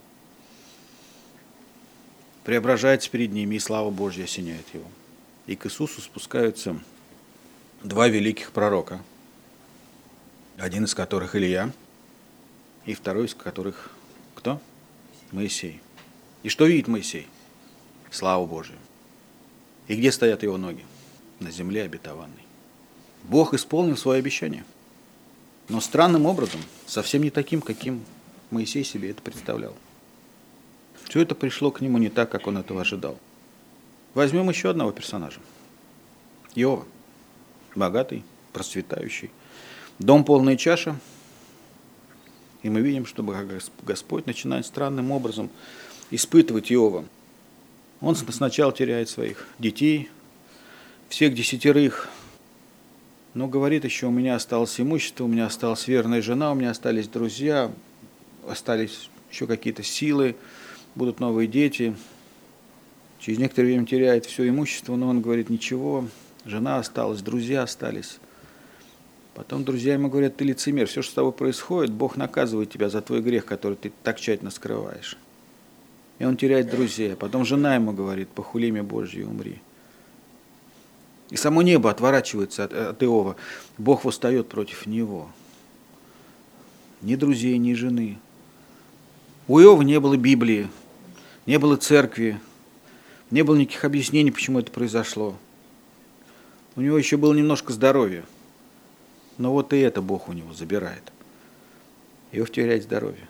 преображается перед ними, и слава Божья осеняет его. И к Иисусу спускаются два великих пророка, один из которых Илия, и второй из которых кто? Моисей. И что видит Моисей? Славу Божию. И где стоят его ноги? На земле обетованной. Бог исполнил свое обещание. Но странным образом, совсем не таким, каким Моисей себе это представлял. Все это пришло к нему не так, как он этого ожидал. Возьмем еще одного персонажа. Иова. Богатый, процветающий. Дом полная чаша. И мы видим, что Господь начинает странным образом испытывать Иова. Он сначала теряет своих детей, всех 10, но говорит еще: у меня осталось имущество, у меня осталась верная жена, у меня остались друзья, остались еще какие-то силы, будут новые дети. Через некоторое время теряет все имущество, но он говорит: ничего, жена осталась, друзья остались. Потом друзья ему говорят: ты лицемер, все, что с тобой происходит, Бог наказывает тебя за твой грех, который ты так тщательно скрываешь. И он теряет друзей. Потом жена ему говорит: похули имя Божье и умри. И само небо отворачивается от Иова. Бог восстает против него. Ни друзей, ни жены. У Иова не было Библии, не было церкви, не было никаких объяснений, почему это произошло. У него еще было немножко здоровья. Но вот и это Бог у него забирает. Иов теряет здоровье.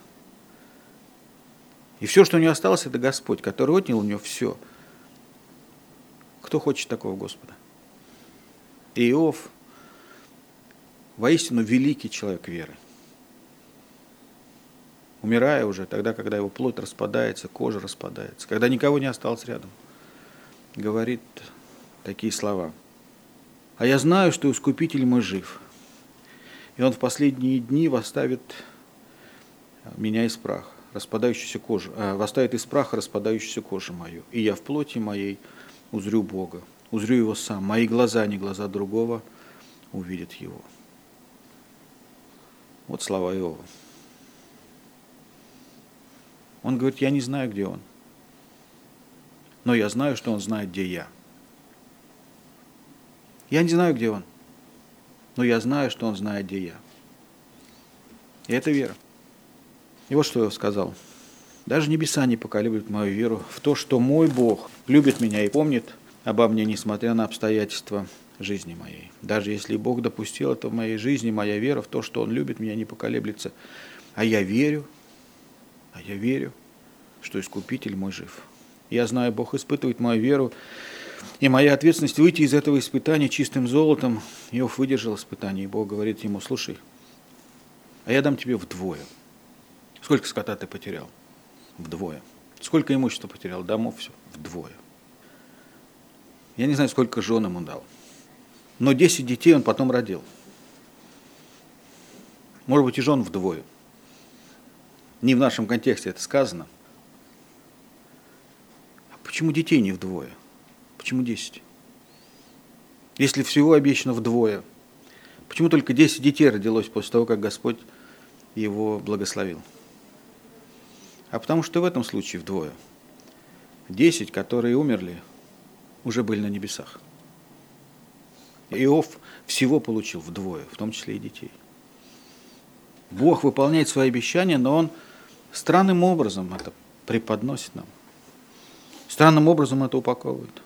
И все, что у него осталось, это Господь, который отнял у него все. Кто хочет такого Господа? И Иов воистину великий человек веры. Умирая уже, тогда, когда его плоть распадается, кожа распадается, когда никого не осталось рядом, говорит такие слова: «А я знаю, что Искупитель мой жив, и Он в последние дни восставит меня из праха, восставит из праха распадающуюся кожу мою, и я в плоти моей узрю Бога, узрю Его сам, мои глаза, не глаза другого, увидят Его». Вот слова Иова. Он говорит: я не знаю, где Он, но я знаю, что Он знает, где я. Я не знаю, где Он, но я знаю, что Он знает, где я. И это вера. И вот что я сказал: даже небеса не поколеблют мою веру в то, что мой Бог любит меня и помнит обо мне, несмотря на обстоятельства жизни моей. Даже если Бог допустил это в моей жизни, моя вера в то, что Он любит меня, не поколеблется. А я верю, что Искупитель мой жив. Я знаю, Бог испытывает мою веру, и моя ответственность выйти из этого испытания чистым золотом. Иов выдержал испытание, и Бог говорит ему: слушай, а я дам тебе вдвое. Сколько скота ты потерял? Вдвое. Сколько имущества потерял? Домов все? Вдвое. Я не знаю, сколько жен ему дал. Но 10 детей он потом родил. Может быть, и жен вдвое. Не в нашем контексте это сказано. А почему детей не вдвое? Почему 10? Если всего обещано вдвое, почему только 10 детей родилось после того, как Господь его благословил? А потому что в этом случае вдвое. 10, которые умерли, уже были на небесах. Иов всего получил вдвое, в том числе и детей. Бог выполняет свои обещания, но Он странным образом это преподносит нам. Странным образом это упаковывает.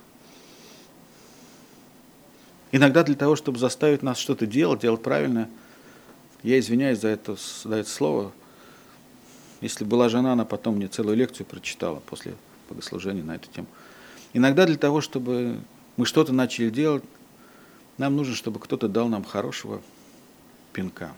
Иногда для того, чтобы заставить нас что-то делать правильно, я извиняюсь за это слово. Если была жена, она потом мне целую лекцию прочитала после богослужения на эту тему. Иногда для того, чтобы мы что-то начали делать, нам нужно, чтобы кто-то дал нам хорошего пинка.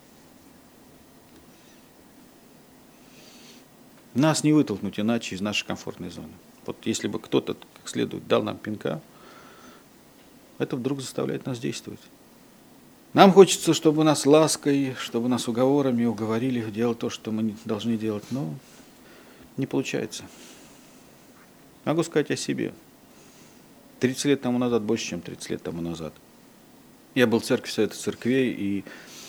Нас не вытолкнуть иначе из нашей комфортной зоны. Вот если бы кто-то как следует дал нам пинка, это вдруг заставляет нас действовать. Нам хочется, чтобы нас лаской, чтобы нас уговорами уговорили делать то, что мы должны делать, но не получается. Могу сказать о себе. 30 лет тому назад, больше, чем 30 лет тому назад, я был в церкви Совета церквей, и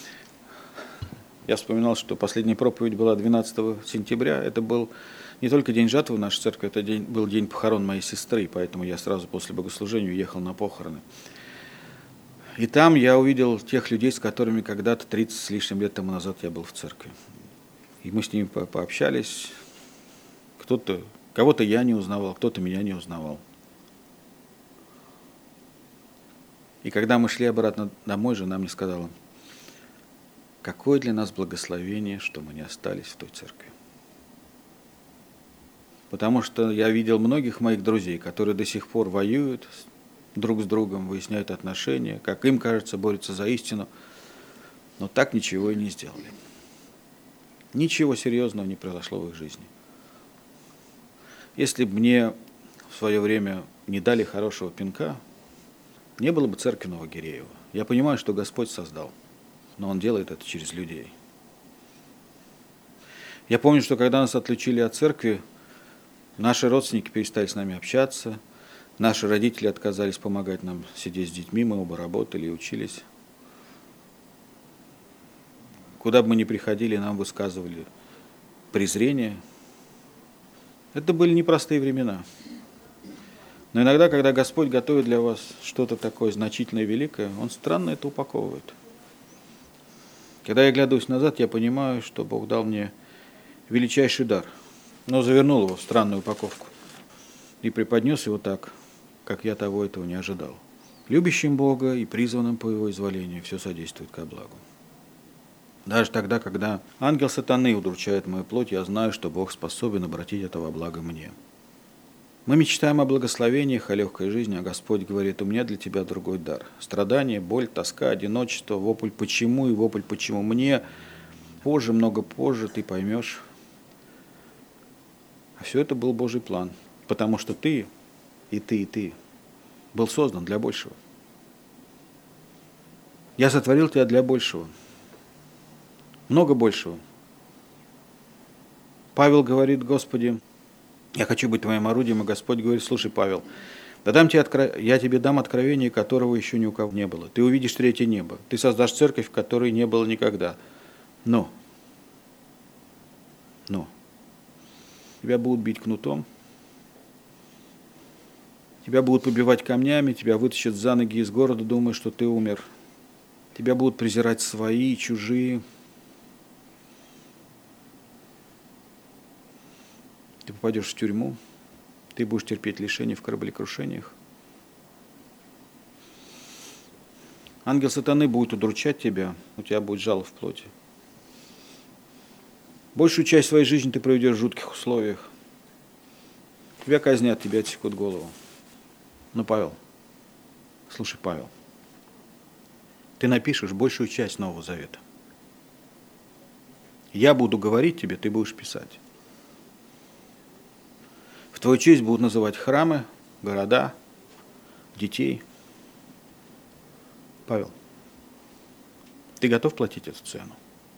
я вспоминал, что последняя проповедь была 12 сентября. Это был не только день жатвы в нашей церкви, это был день похорон моей сестры, поэтому я сразу после богослужения уехал на похороны. И там я увидел тех людей, с которыми когда-то 30 с лишним лет тому назад я был в церкви. И мы с ними пообщались. Кого-то я не узнавал, кто-то меня не узнавал. И когда мы шли обратно домой, жена мне сказала: какое для нас благословение, что мы не остались в той церкви. Потому что я видел многих моих друзей, которые до сих пор воюют друг с другом, выясняют отношения, как им кажется, борются за истину, но так ничего и не сделали. Ничего серьезного не произошло в их жизни. Если бы мне в свое время не дали хорошего пинка, не было бы церкви Новогиреева. Я понимаю, что Господь создал, но Он делает это через людей. Я помню, что когда нас отлучили от церкви, наши родственники перестали с нами общаться, наши родители отказались помогать нам сидеть с детьми, мы оба работали и учились. Куда бы мы ни приходили, нам высказывали презрение. Это были непростые времена. Но иногда, когда Господь готовит для вас что-то такое значительное и великое, Он странно это упаковывает. Когда я глядываюсь назад, я понимаю, что Бог дал мне величайший дар, но завернул его в странную упаковку и преподнес его так, как я этого не ожидал. Любящим Бога и призванным по Его изволению все содействует ко благу. Даже тогда, когда ангел сатаны удручает мою плоть, я знаю, что Бог способен обратить это во благо мне. Мы мечтаем о благословениях, о легкой жизни, а Господь говорит: у меня для тебя другой дар. Страдания, боль, тоска, одиночество, вопль «почему» и вопль «почему мне?» Позже, много позже ты поймешь. А все это был Божий план, потому что ты был создан для большего. Я сотворил тебя для большего. Много большего. Павел говорит: Господи, я хочу быть Твоим орудием, и Господь говорит: слушай, Павел, я тебе дам откровение, которого еще ни у кого не было. Ты увидишь третье небо. Ты создашь церковь, в которой не было никогда. Но тебя будут бить кнутом, тебя будут побивать камнями, тебя вытащат за ноги из города, думая, что ты умер. Тебя будут презирать свои, чужие. Ты попадешь в тюрьму, ты будешь терпеть лишения в кораблекрушениях. Ангел сатаны будет удручать тебя, у тебя будет жало в плоти. Большую часть своей жизни ты проведешь в жутких условиях. Тебя казнят, тебя отсекут голову. Но, Павел, ты напишешь большую часть Нового Завета. Я буду говорить тебе, ты будешь писать. В твою честь будут называть храмы, города, детей. Павел, ты готов платить эту цену?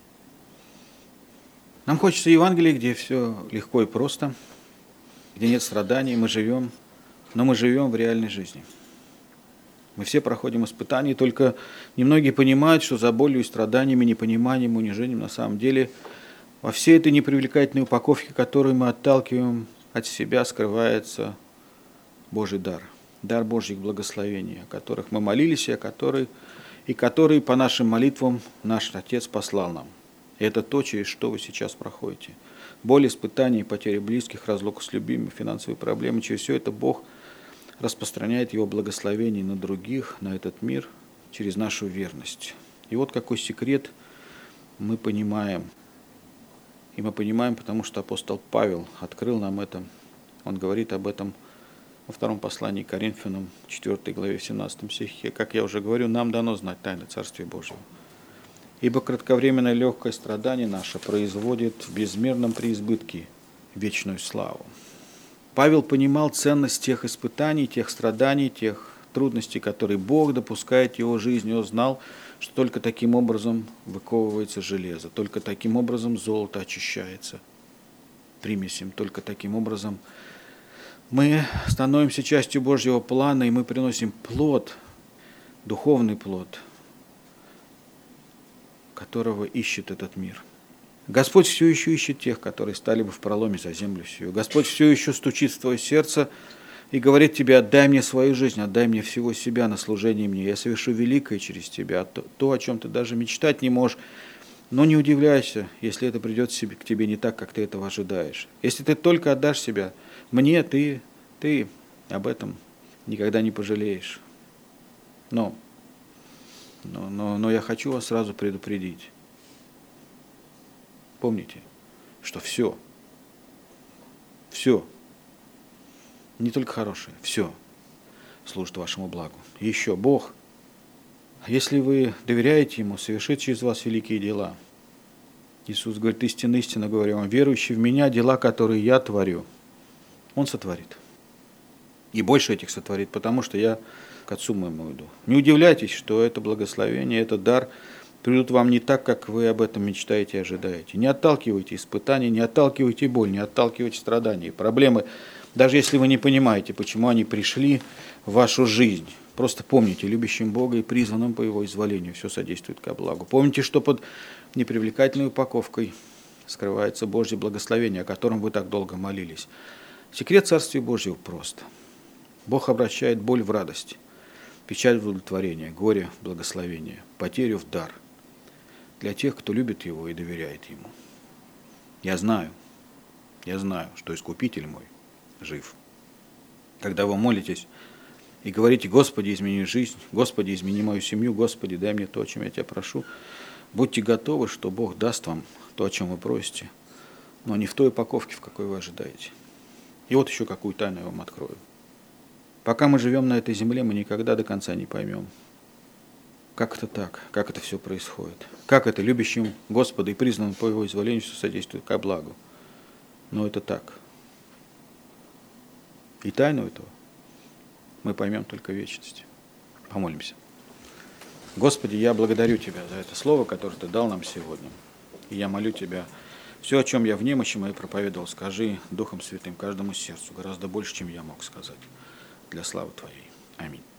Нам хочется Евангелия, где все легко и просто, где нет страданий, но мы живем в реальной жизни. Мы все проходим испытания, только немногие понимают, что за болью и страданиями, непониманием, унижением на самом деле во всей этой непривлекательной упаковке, которую мы отталкиваем от себя, скрывается Божий дар. Дар Божьих благословений, о которых мы молились, и который по нашим молитвам наш Отец послал нам. И это то, через что вы сейчас проходите. Боль, испытания, потери близких, разлука с любимыми, финансовые проблемы. Через все это Бог распространяет Его благословение на других, на этот мир, через нашу верность. И вот какой секрет мы понимаем. И мы понимаем, потому что апостол Павел открыл нам это. Он говорит об этом во втором послании к Коринфянам, 4 главе, 17 стихе. Как я уже говорю, нам дано знать тайны Царствия Божьего. Ибо кратковременное легкое страдание наше производит в безмерном преизбытке вечную славу. Павел понимал ценность тех испытаний, тех страданий, тех трудностей, которые Бог допускает в его жизни. Он знал, что только таким образом выковывается железо, только таким образом золото очищается примесям, только таким образом мы становимся частью Божьего плана, и мы приносим плод, духовный плод, которого ищет этот мир. Господь все еще ищет тех, которые стали бы в проломе за землю сию. Господь все еще стучит в твое сердце и говорит тебе: отдай мне свою жизнь, отдай мне всего себя на служение мне. Я совершу великое через тебя, то, о чем ты даже мечтать не можешь. Но не удивляйся, если это придет к тебе не так, как ты этого ожидаешь. Если ты только отдашь себя мне, ты об этом никогда не пожалеешь. Но я хочу вас сразу предупредить. Помните, что все, не только хорошее, все служит вашему благу. И еще Бог, если вы доверяете Ему, совершит через вас великие дела. Иисус говорит: истинно, истинно говорю вам, верующий в Меня, дела, которые Я творю, Он сотворит. И больше этих сотворит, потому что Я к Отцу Моему иду. Не удивляйтесь, что это благословение, этот дар придут вам не так, как вы об этом мечтаете и ожидаете. Не отталкивайте испытания, не отталкивайте боль, не отталкивайте страдания, проблемы, даже если вы не понимаете, почему они пришли в вашу жизнь. Просто помните, любящим Бога и призванным по Его изволению все содействует ко благу. Помните, что под непривлекательной упаковкой скрывается Божье благословение, о котором вы так долго молились. Секрет Царствия Божьего прост. Бог обращает боль в радость, печаль в удовлетворение, горе в благословение, потерю в дар для тех, кто любит Его и доверяет Ему. Я знаю, что Искупитель мой жив. Когда вы молитесь и говорите: Господи, измени жизнь, Господи, измени мою семью, Господи, дай мне то, о чем я Тебя прошу, будьте готовы, что Бог даст вам то, о чем вы просите, но не в той упаковке, в какой вы ожидаете. И вот еще какую тайну я вам открою. Пока мы живем на этой земле, мы никогда до конца не поймем, как это так, как это все происходит, как это любящим Господа и признанным по Его изволению все содействует ко благу. Но это так. И тайну этого мы поймем только в вечности. Помолимся. Господи, я благодарю Тебя за это слово, которое Ты дал нам сегодня. И я молю Тебя, все, о чем я в немощи моей проповедовал, скажи Духом Святым каждому сердцу гораздо больше, чем я мог сказать, для славы Твоей. Аминь.